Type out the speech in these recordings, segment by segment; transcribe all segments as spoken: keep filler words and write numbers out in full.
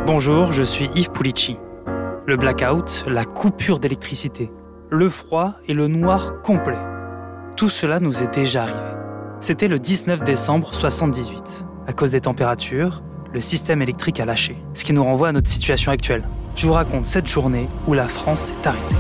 Bonjour, je suis Yves Pulici. Le blackout, la coupure d'électricité, le froid et le noir complet. Tout cela nous est déjà arrivé. C'était le dix-neuf décembre soixante-dix-huit. À cause des températures, le système électrique a lâché, ce qui nous renvoie à notre situation actuelle. Je vous raconte cette journée où la France s'est arrêtée.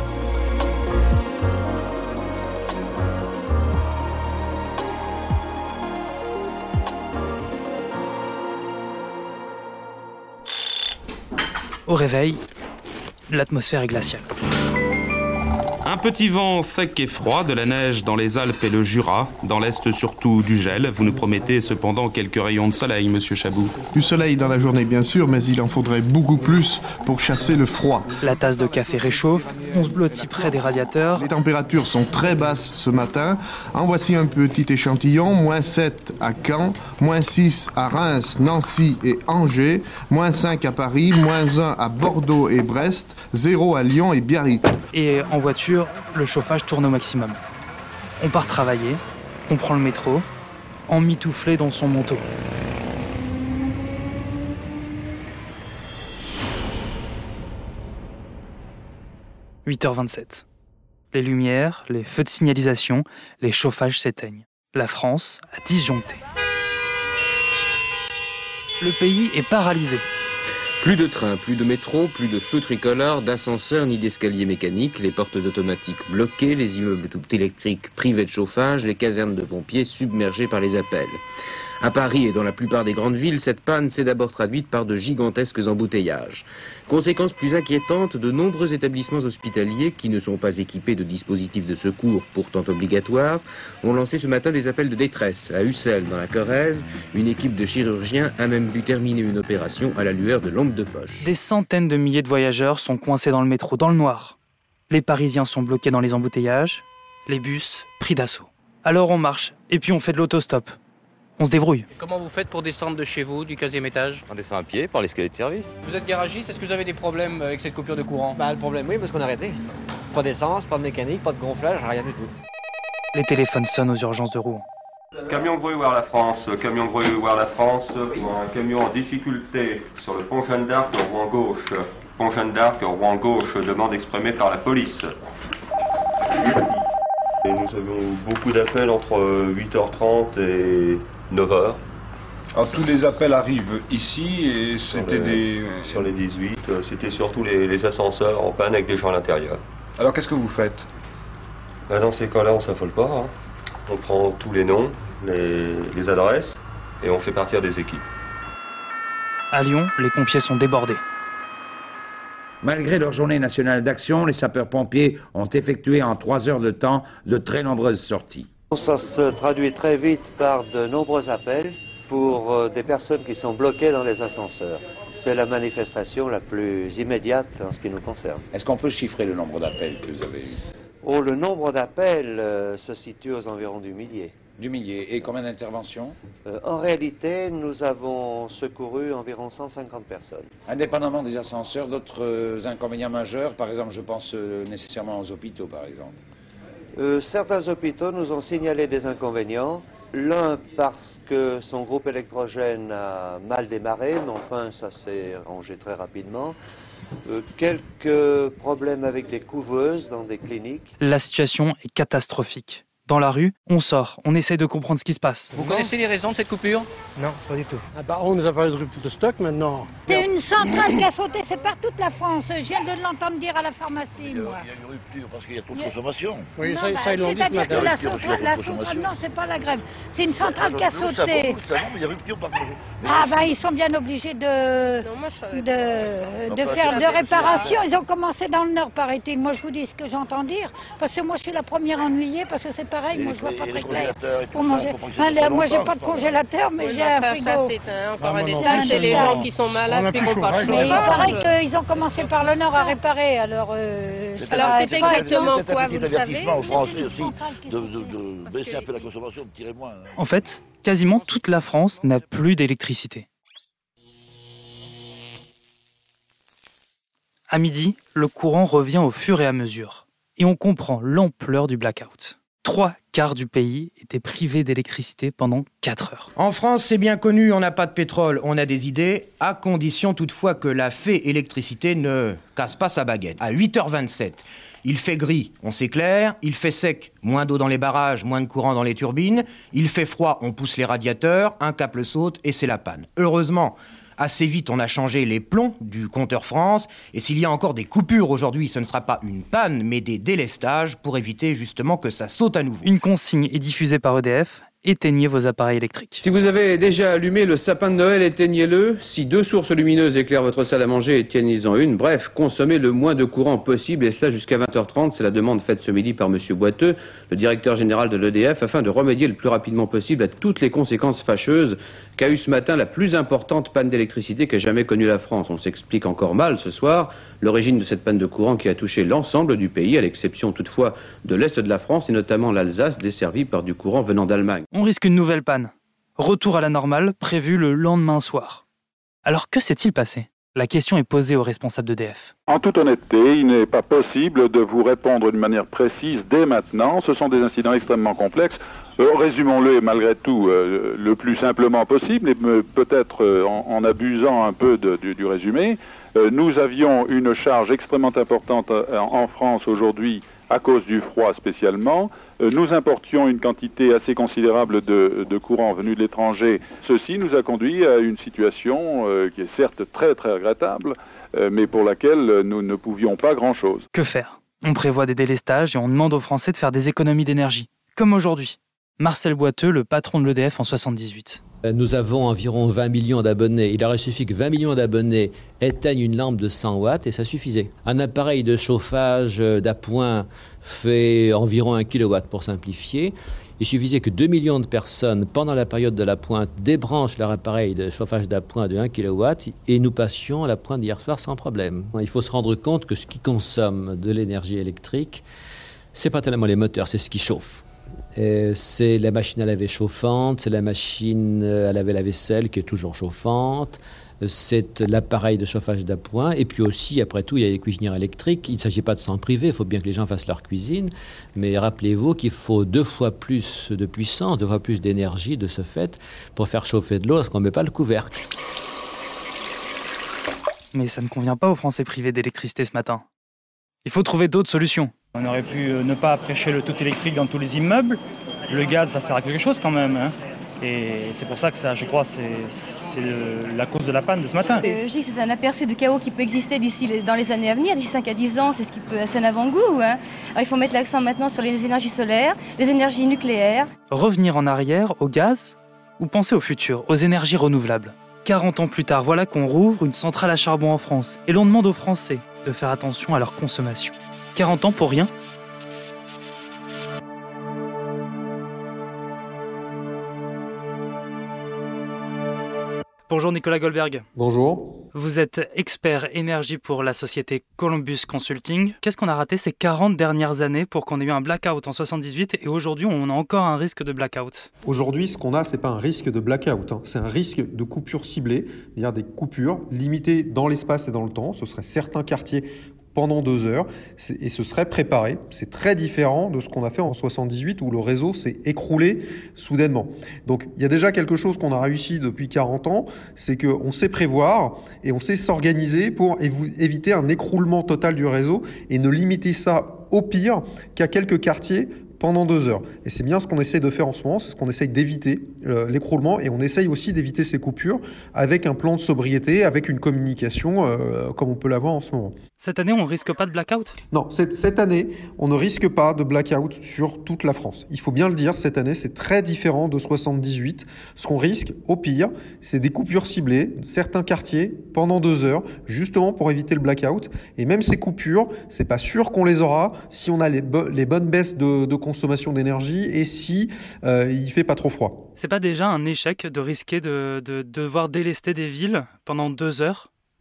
Au réveil, l'atmosphère est glaciale. Un petit vent sec et froid, de la neige dans les Alpes et le Jura, dans l'Est surtout du gel. Vous nous promettez cependant quelques rayons de soleil, monsieur Chabou. Du soleil dans la journée bien sûr, mais il en faudrait beaucoup plus pour chasser le froid. La tasse de café réchauffe, on se blottit près des radiateurs. Les températures sont très basses ce matin. En voici un petit échantillon, moins sept à Caen, moins six à Reims, Nancy et Angers, moins cinq à Paris, moins un à Bordeaux et Brest, zéro à Lyon et Biarritz. Et en voiture, le chauffage tourne au maximum. On part travailler, on prend le métro, emmitouflé dans son manteau. huit heures vingt-sept. Les lumières, les feux de signalisation, les chauffages s'éteignent. La France a disjoncté. Le pays est paralysé. Plus de trains, plus de métro, plus de feux tricolores, d'ascenseurs ni d'escaliers mécaniques, les portes automatiques bloquées, les immeubles tout électriques privés de chauffage, les casernes de pompiers submergées par les appels. À Paris et dans la plupart des grandes villes, cette panne s'est d'abord traduite par de gigantesques embouteillages. Conséquence plus inquiétante, de nombreux établissements hospitaliers, qui ne sont pas équipés de dispositifs de secours pourtant obligatoires, ont lancé ce matin des appels de détresse. À Ussel, dans la Corrèze, une équipe de chirurgiens a même dû terminer une opération à la lueur de lampes de poche. Des centaines de milliers de voyageurs sont coincés dans le métro dans le noir. Les Parisiens sont bloqués dans les embouteillages, les bus pris d'assaut. Alors on marche, et puis on fait de l'autostop. On se débrouille. Et comment vous faites pour descendre de chez vous, du quinzième étage? On descend à pied par l'escalier de service. Vous êtes garagiste, est-ce que vous avez des problèmes avec cette coupure de courant? Bah le problème oui, parce qu'on a arrêté. Pas d'essence, pas de mécanique, pas de gonflage, rien du tout. Les téléphones sonnent aux urgences de Rouen. Camion bruit voir la France, camion bruit voir la France, pour un camion en difficulté sur le pont Jeanne d'Arc, Rouen gauche. Pont Jeanne d'Arc, Rouen gauche, demande exprimée par la police. Et nous avons beaucoup d'appels entre huit heures trente et neuf heures. Alors, tous les appels arrivent ici et c'était des... Sur les dix-huit, c'était surtout les, les ascenseurs en panne avec des gens à l'intérieur. Alors qu'est-ce que vous faites? Ben, dans ces cas-là, on ne s'affole pas. Hein. On prend tous les noms, les, les adresses et on fait partir des équipes. À Lyon, les pompiers sont débordés. Malgré leur journée nationale d'action, les sapeurs-pompiers ont effectué en trois heures de temps de très nombreuses sorties. Ça se traduit très vite par de nombreux appels pour euh, des personnes qui sont bloquées dans les ascenseurs. C'est la manifestation la plus immédiate en ce qui nous concerne. Est-ce qu'on peut chiffrer le nombre d'appels que vous avez eu? Oh, le nombre d'appels euh, se situe aux environs du millier. Du millier. Et combien d'interventions? euh, En réalité, nous avons secouru environ cent cinquante personnes. Indépendamment des ascenseurs, d'autres euh, inconvénients majeurs, par exemple, je pense euh, nécessairement aux hôpitaux, par exemple. Euh, certains hôpitaux nous ont signalé des inconvénients. L'un parce que son groupe électrogène a mal démarré, mais enfin ça s'est rangé très rapidement. Euh, quelques problèmes avec des couveuses dans des cliniques. La situation est catastrophique. Dans la rue, on sort, on essaye de comprendre ce qui se passe. Vous connaissez les raisons de cette coupure? Non, pas du tout. Ah bah, on nous a parlé de rupture de stock maintenant. C'est une centrale qui a sauté, c'est par toute la France. Je viens de l'entendre dire à la pharmacie, il y a, moi. Il y a une rupture parce qu'il y a trop de consommation. Oui, non, ça, bah, ça ils l'ont dit ce matin. Que la centrale, la centrale, non, c'est pas la grève. C'est une centrale qui a sauté. Il y a rupture par contre. Ah bah, ils sont bien obligés de, non, moi, je de, de faire de réparation. Ils ont commencé dans le Nord, paraît-il. Moi, je vous dis ce que j'entends dire, parce que moi, je suis la première ennuyée, parce que c'est pareil, moi, je vois pas très clair. Pour manger. Enfin, moi, j'ai pas de congélateur, mais j'ai un frigo. Ça, c'est un, encore un détail. C'est les gens qui sont malades puis qui n'ont pas de chauffage. Il paraît qu'ils ont commencé par le Nord à réparer, alors... Euh, alors, c'est exactement quoi, vous le savez? Aux Français aussi, de, de, de baisser un peu la consommation, de tirer moins. En fait, quasiment toute la France n'a plus d'électricité. À midi, le courant revient au fur et à mesure. Et on comprend l'ampleur du blackout. Trois quart du pays était privé d'électricité pendant quatre heures. En France, c'est bien connu, on n'a pas de pétrole, on a des idées, à condition toutefois que la fée électricité ne casse pas sa baguette. À huit heures vingt-sept, il fait gris, on s'éclaire, il fait sec, moins d'eau dans les barrages, moins de courant dans les turbines, il fait froid, on pousse les radiateurs, un câble saute et c'est la panne. Heureusement, assez vite, on a changé les plombs du compteur France. Et s'il y a encore des coupures aujourd'hui, ce ne sera pas une panne, mais des délestages pour éviter justement que ça saute à nouveau. Une consigne est diffusée par E D F. Éteignez vos appareils électriques. Si vous avez déjà allumé le sapin de Noël, éteignez-le. Si deux sources lumineuses éclairent votre salle à manger, éteignez-en une. Bref, consommez le moins de courant possible, et cela jusqu'à vingt heures trente. C'est la demande faite ce midi par M. Boiteux, le directeur général de l'E D F, afin de remédier le plus rapidement possible à toutes les conséquences fâcheuses qu'a eu ce matin la plus importante panne d'électricité qu'ait jamais connue la France. On s'explique encore mal ce soir l'origine de cette panne de courant qui a touché l'ensemble du pays, à l'exception toutefois de l'Est de la France et notamment l'Alsace, desservie par du courant venant d'Allemagne. On risque une nouvelle panne. Retour à la normale, prévu le lendemain soir. Alors que s'est-il passé ? La question est posée aux responsables d'E D F. En toute honnêteté, il n'est pas possible de vous répondre d'une manière précise dès maintenant. Ce sont des incidents extrêmement complexes. Euh, résumons-le malgré tout euh, le plus simplement possible, et peut-être euh, en, en abusant un peu de, du, du résumé. Euh, nous avions une charge extrêmement importante euh, en France aujourd'hui à cause du froid spécialement. Euh, nous importions une quantité assez considérable de, de courant venu de l'étranger. Ceci nous a conduit à une situation euh, qui est certes très très regrettable, euh, mais pour laquelle nous ne pouvions pas grand-chose. Que faire ? On prévoit des délestages et on demande aux Français de faire des économies d'énergie, comme aujourd'hui. Marcel Boiteux, le patron de l'E D F en soixante-dix-huit. Nous avons environ vingt millions d'abonnés. Il aurait suffi que vingt millions d'abonnés éteignent une lampe de cent watts et ça suffisait. Un appareil de chauffage d'appoint fait environ un kilowatt pour simplifier. Il suffisait que deux millions de personnes, pendant la période de la pointe, débranchent leur appareil de chauffage d'appoint de un kilowatt et nous passions à la pointe d'hier soir sans problème. Il faut se rendre compte que ce qui consomme de l'énergie électrique, c'est pas tellement les moteurs, c'est ce qui chauffe. Euh, c'est la machine à laver chauffante, c'est la machine à laver la vaisselle qui est toujours chauffante, c'est l'appareil de chauffage d'appoint, et puis aussi, après tout, il y a les cuisinières électriques. Il ne s'agit pas de s'en priver, il faut bien que les gens fassent leur cuisine, mais rappelez-vous qu'il faut deux fois plus de puissance, deux fois plus d'énergie de ce fait pour faire chauffer de l'eau parce qu'on ne met pas le couvercle. Mais ça ne convient pas aux Français privés d'électricité ce matin. Il faut trouver d'autres solutions. On aurait pu ne pas prêcher le tout électrique dans tous les immeubles. Le gaz, ça sert à quelque chose quand même. Hein. Et c'est pour ça que ça, je crois, c'est la cause de la panne de ce matin. Euh, je dis que c'est un aperçu de chaos qui peut exister d'ici les, dans les années à venir, d'ici cinq à dix ans, c'est ce qui peut, c'est un avant-goût. Hein. Alors il faut mettre l'accent maintenant sur les énergies solaires, les énergies nucléaires. Revenir en arrière au gaz ou penser au futur, aux énergies renouvelables. quarante ans plus tard, voilà qu'on rouvre une centrale à charbon en France et l'on demande aux Français de faire attention à leur consommation. quarante ans pour rien ? Bonjour Nicolas Goldberg. Bonjour. Vous êtes expert énergie pour la société Columbus Consulting. Qu'est-ce qu'on a raté ces quarante dernières années pour qu'on ait eu un blackout en soixante-dix-huit et aujourd'hui on a encore un risque de blackout ? Aujourd'hui, ce qu'on a, c'est pas un risque de blackout, hein. C'est un risque de coupure ciblée, c'est-à-dire des coupures limitées dans l'espace et dans le temps. Ce seraient certains quartiers pendant deux heures et ce serait préparé. C'est très différent de ce qu'on a fait en soixante-dix-huit où le réseau s'est écroulé soudainement. Donc il y a déjà quelque chose qu'on a réussi depuis quarante ans, c'est qu'on sait prévoir et on sait s'organiser pour éviter un écroulement total du réseau et ne limiter ça au pire qu'à quelques quartiers pendant deux heures. Et c'est bien ce qu'on essaye de faire en ce moment, c'est ce qu'on essaye d'éviter, euh, l'écroulement, et on essaye aussi d'éviter ces coupures avec un plan de sobriété, avec une communication euh, comme on peut l'avoir en ce moment. Cette année, on ne risque pas de blackout ? Non, cette, cette année, on ne risque pas de blackout sur toute la France. Il faut bien le dire, cette année, c'est très différent de soixante-dix-huit. Ce qu'on risque, au pire, c'est des coupures ciblées, certains quartiers, pendant deux heures, justement pour éviter le blackout. Et même ces coupures, c'est pas sûr qu'on les aura si on a les, bo- les bonnes baisses de, de consommation d'énergie et si euh, il fait pas trop froid. C'est pas déjà un échec de risquer de, de, de devoir délester des villes pendant deux heures ?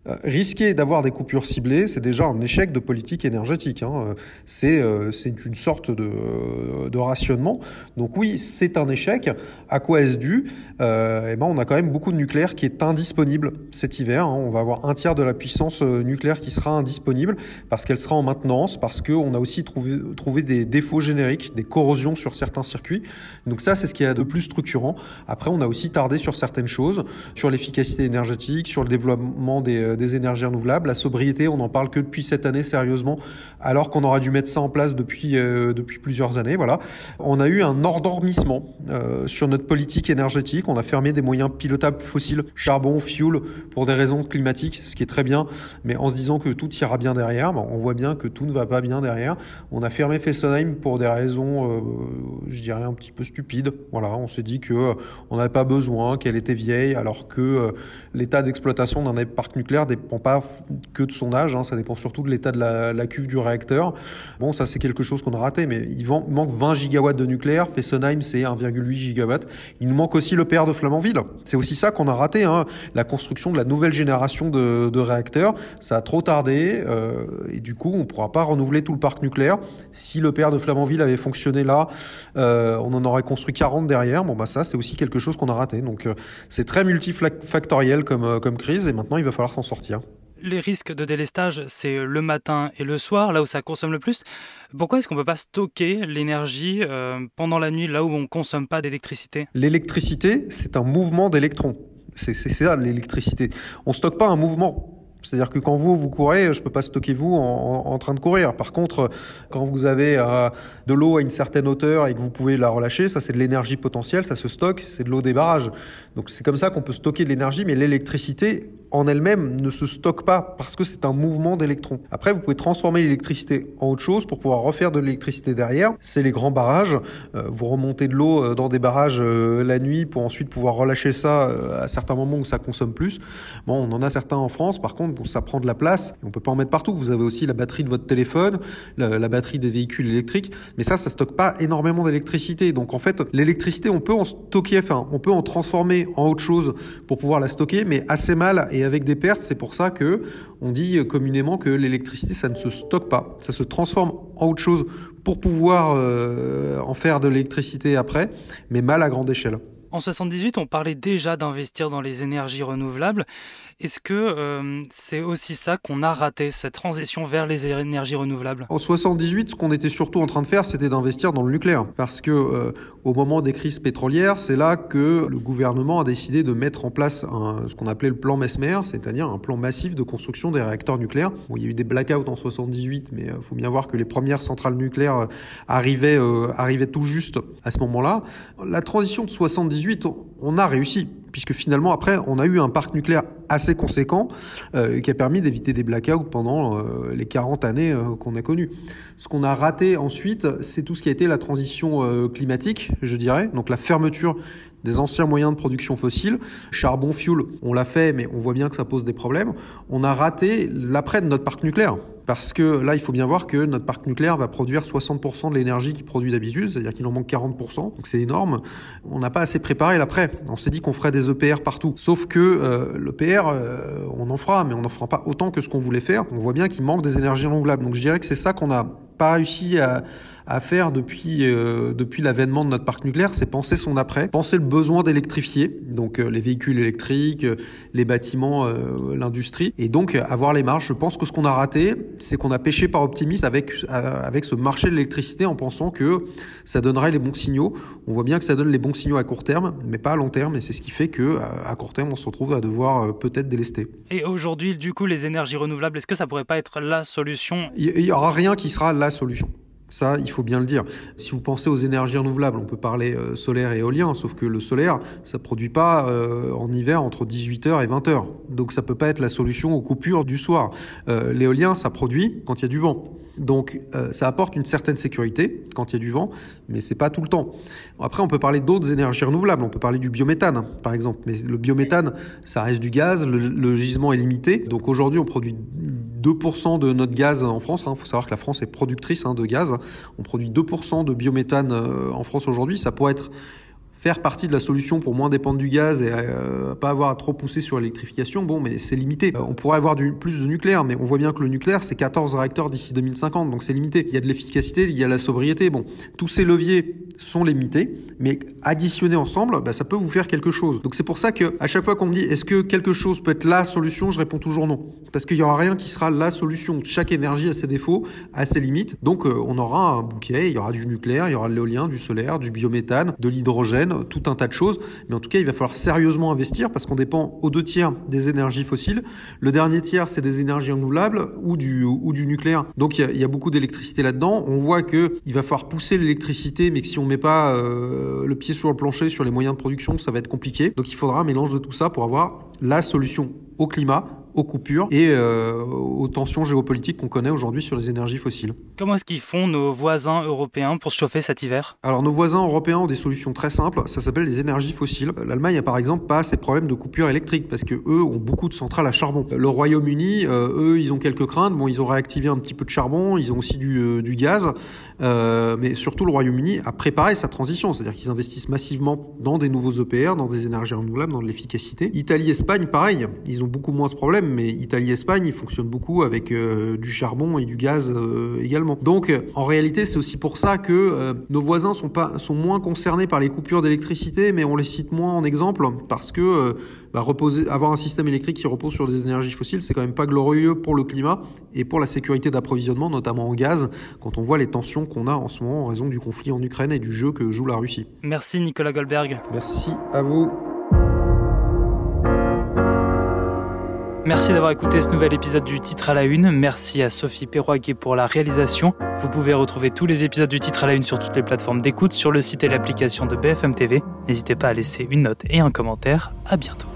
Euh, risquer d'avoir des coupures ciblées, c'est déjà un échec de politique énergétique. Hein. C'est, euh, c'est une sorte de, euh, de rationnement. Donc oui, c'est un échec. À quoi est-ce dû ? euh, eh ben, On a quand même beaucoup de nucléaire qui est indisponible cet hiver. Hein. On va avoir un tiers de la puissance nucléaire qui sera indisponible parce qu'elle sera en maintenance, parce qu'on a aussi trouvé, trouvé des défauts génériques, des corrosions sur certains circuits. Donc ça, c'est ce qui est de plus structurant. Après, on a aussi tardé sur certaines choses, sur l'efficacité énergétique, sur le développement des des énergies renouvelables. La sobriété, on n'en parle que depuis cette année sérieusement, alors qu'on aurait dû mettre ça en place depuis, euh, depuis plusieurs années. Voilà. On a eu un endormissement euh, sur notre politique énergétique. On a fermé des moyens pilotables fossiles, charbon, fuel, pour des raisons climatiques, ce qui est très bien, mais en se disant que tout ira bien derrière. Bon, on voit bien que tout ne va pas bien derrière. On a fermé Fessenheim pour des raisons, euh, je dirais, un petit peu stupides. Voilà, on s'est dit qu'on euh, n'avait pas besoin, qu'elle était vieille, alors que euh, l'état d'exploitation d'un parc nucléaire dépend pas que de son âge, hein, ça dépend surtout de l'état de la, la cuve du réacteur. Bon, ça c'est quelque chose qu'on a raté, mais il manque vingt gigawatts de nucléaire, Fessenheim c'est un virgule huit gigawatts. Il nous manque aussi l'E P R de Flamanville. C'est aussi ça qu'on a raté, hein, la construction de la nouvelle génération de, de réacteurs. Ça a trop tardé, euh, et du coup on ne pourra pas renouveler tout le parc nucléaire. Si l'E P R de Flamanville avait fonctionné là, euh, on en aurait construit quarante derrière. Bon bah ça c'est aussi quelque chose qu'on a raté. Donc euh, c'est très multifactoriel comme, euh, comme crise, et maintenant il va falloir s'en sortir. Les risques de délestage, c'est le matin et le soir, là où ça consomme le plus. Pourquoi est-ce qu'on ne peut pas stocker l'énergie euh, pendant la nuit, là où on ne consomme pas d'électricité ? L'électricité, c'est un mouvement d'électrons. C'est, c'est ça l'électricité. On ne stocke pas un mouvement. C'est-à-dire que quand vous, vous courez, je ne peux pas stocker vous en, en, en train de courir. Par contre, quand vous avez euh, de l'eau à une certaine hauteur et que vous pouvez la relâcher, ça c'est de l'énergie potentielle, ça se stocke, c'est de l'eau des barrages. Donc c'est comme ça qu'on peut stocker de l'énergie, mais l'électricité en elle-même ne se stocke pas parce que c'est un mouvement d'électrons. Après, vous pouvez transformer l'électricité en autre chose pour pouvoir refaire de l'électricité derrière. C'est les grands barrages. Euh, vous remontez de l'eau dans des barrages euh, la nuit pour ensuite pouvoir relâcher ça euh, à certains moments où ça consomme plus. Bon, on en a certains en France, par contre, ça prend de la place, on peut pas en mettre partout. Vous avez aussi la batterie de votre téléphone, la, la batterie des véhicules électriques, mais ça, ça stocke pas énormément d'électricité. Donc en fait, l'électricité, on peut en stocker, enfin, on peut en transformer en autre chose pour pouvoir la stocker, mais assez mal et avec des pertes. C'est pour ça que on dit communément que l'électricité, ça ne se stocke pas, ça se transforme en autre chose pour pouvoir euh, en faire de l'électricité après, mais mal à grande échelle. En soixante-dix-huit, on parlait déjà d'investir dans les énergies renouvelables. Est-ce que euh, c'est aussi ça qu'on a raté, cette transition vers les énergies renouvelables ? En soixante-dix-huit, ce qu'on était surtout en train de faire, c'était d'investir dans le nucléaire. Parce que euh, au moment des crises pétrolières, c'est là que le gouvernement a décidé de mettre en place un, ce qu'on appelait le plan Mesmer, c'est-à-dire un plan massif de construction des réacteurs nucléaires. Bon, il y a eu des blackouts en soixante-dix-huit, mais il euh, faut bien voir que les premières centrales nucléaires euh, arrivaient, euh, arrivaient tout juste à ce moment-là. La transition de soixante-dix-huit, on a réussi, puisque finalement, après, on a eu un parc nucléaire assez conséquent euh, qui a permis d'éviter des blackouts pendant euh, les quarante années euh, qu'on a connues. Ce qu'on a raté ensuite, c'est tout ce qui a été la transition euh, climatique, je dirais, donc la fermeture des anciens moyens de production fossiles. Charbon, fuel, on l'a fait, mais on voit bien que ça pose des problèmes. On a raté l'après de notre parc nucléaire. Parce que là, il faut bien voir que notre parc nucléaire va produire soixante pour cent de l'énergie qu'il produit d'habitude, c'est-à-dire qu'il en manque quarante pour cent, donc c'est énorme. On n'a pas assez préparé l'après. On s'est dit qu'on ferait des E P R partout. Sauf que euh, l'E P R, euh, on en fera, mais on n'en fera pas autant que ce qu'on voulait faire. On voit bien qu'il manque des énergies renouvelables. Donc je dirais que c'est ça qu'on n'a pas réussi à, à faire depuis, euh, depuis l'avènement de notre parc nucléaire, c'est penser son après, penser le besoin d'électrifier, donc euh, les véhicules électriques, euh, les bâtiments, euh, l'industrie, et donc euh, avoir les marges. Je pense que ce qu'on a raté, c'est qu'on a pêché par optimisme avec, euh, avec ce marché de l'électricité en pensant que ça donnerait les bons signaux. On voit bien que ça donne les bons signaux à court terme, mais pas à long terme, et c'est ce qui fait que à court terme, on se retrouve à devoir euh, peut-être délester. Et aujourd'hui, du coup, les énergies renouvelables, est-ce que ça pourrait pas être la solution ? Il n'y aura rien qui sera la solution. Ça, il faut bien le dire. Si vous pensez aux énergies renouvelables, on peut parler euh, solaire et éolien, sauf que le solaire, ça ne produit pas euh, en hiver entre dix-huit heures et vingt heures. Donc ça ne peut pas être la solution aux coupures du soir. Euh, l'éolien, ça produit quand il y a du vent. Donc euh, ça apporte une certaine sécurité quand il y a du vent, mais c'est pas tout le temps. Après, on peut parler d'autres énergies renouvelables. On peut parler du biométhane, hein, par exemple. Mais le biométhane, ça reste du gaz. Le, le gisement est limité. Donc aujourd'hui, on produit deux pour cent de notre gaz en France. Il hein. faut savoir que la France est productrice hein, de gaz. On produit deux pour cent de biométhane euh, en France aujourd'hui. Ça pourrait être faire partie de la solution pour moins dépendre du gaz et euh, pas avoir à trop pousser sur l'électrification, bon, mais c'est limité. Euh, on pourrait avoir du, plus de nucléaire, mais on voit bien que le nucléaire, c'est quatorze réacteurs d'ici deux mille cinquante, donc c'est limité. Il y a de l'efficacité, il y a la sobriété. Bon, tous ces leviers sont limités, mais additionnés ensemble, bah, ça peut vous faire quelque chose. Donc c'est pour ça que à chaque fois qu'on me dit est-ce que quelque chose peut être la solution, je réponds toujours non, parce qu'il y aura rien qui sera la solution. Chaque énergie a ses défauts, a ses limites. Donc euh, on aura un bouquet, il y aura du nucléaire, il y aura de l'éolien, du solaire, du biométhane, de l'hydrogène, tout un tas de choses. Mais en tout cas, il va falloir sérieusement investir parce qu'on dépend aux deux tiers des énergies fossiles. Le dernier tiers, c'est des énergies renouvelables ou du, ou du nucléaire. Donc il y a, il y a beaucoup d'électricité là-dedans. On voit que il va falloir pousser l'électricité, mais que si on met pas euh, le pied sur le plancher sur les moyens de production, ça va être compliqué. Donc il faudra un mélange de tout ça pour avoir la solution au climat, aux coupures et euh, aux tensions géopolitiques qu'on connaît aujourd'hui sur les énergies fossiles. Comment est-ce qu'ils font nos voisins européens pour se chauffer cet hiver ? Alors nos voisins européens ont des solutions très simples, ça s'appelle les énergies fossiles. L'Allemagne a par exemple pas ces problèmes de coupures électriques parce que eux ont beaucoup de centrales à charbon. Le Royaume-Uni, euh, eux, ils ont quelques craintes. Bon, ils ont réactivé un petit peu de charbon, ils ont aussi du, euh, du gaz, euh, mais surtout le Royaume-Uni a préparé sa transition, c'est-à-dire qu'ils investissent massivement dans des nouveaux E P R, dans des énergies renouvelables, dans de l'efficacité. Italie, Espagne, pareil, ils ont beaucoup moins ce problème, mais Italie, Espagne, ils fonctionnent beaucoup avec euh, du charbon et du gaz euh, également. Donc, euh, en réalité, c'est aussi pour ça que euh, nos voisins sont pas, sont moins concernés par les coupures d'électricité, mais on les cite moins en exemple parce que euh, bah, reposer, avoir un système électrique qui repose sur des énergies fossiles, c'est quand même pas glorieux pour le climat et pour la sécurité d'approvisionnement, notamment en gaz, quand on voit les tensions qu'on a en ce moment en raison du conflit en Ukraine et du jeu que joue la Russie. Merci Nicolas Goldberg. Merci à vous. Merci d'avoir écouté ce nouvel épisode du Titre à la Une. Merci à Sophie Perroguet pour la réalisation. Vous pouvez retrouver tous les épisodes du Titre à la Une sur toutes les plateformes d'écoute, sur le site et l'application de B F M T V. N'hésitez pas à laisser une note et un commentaire. À bientôt.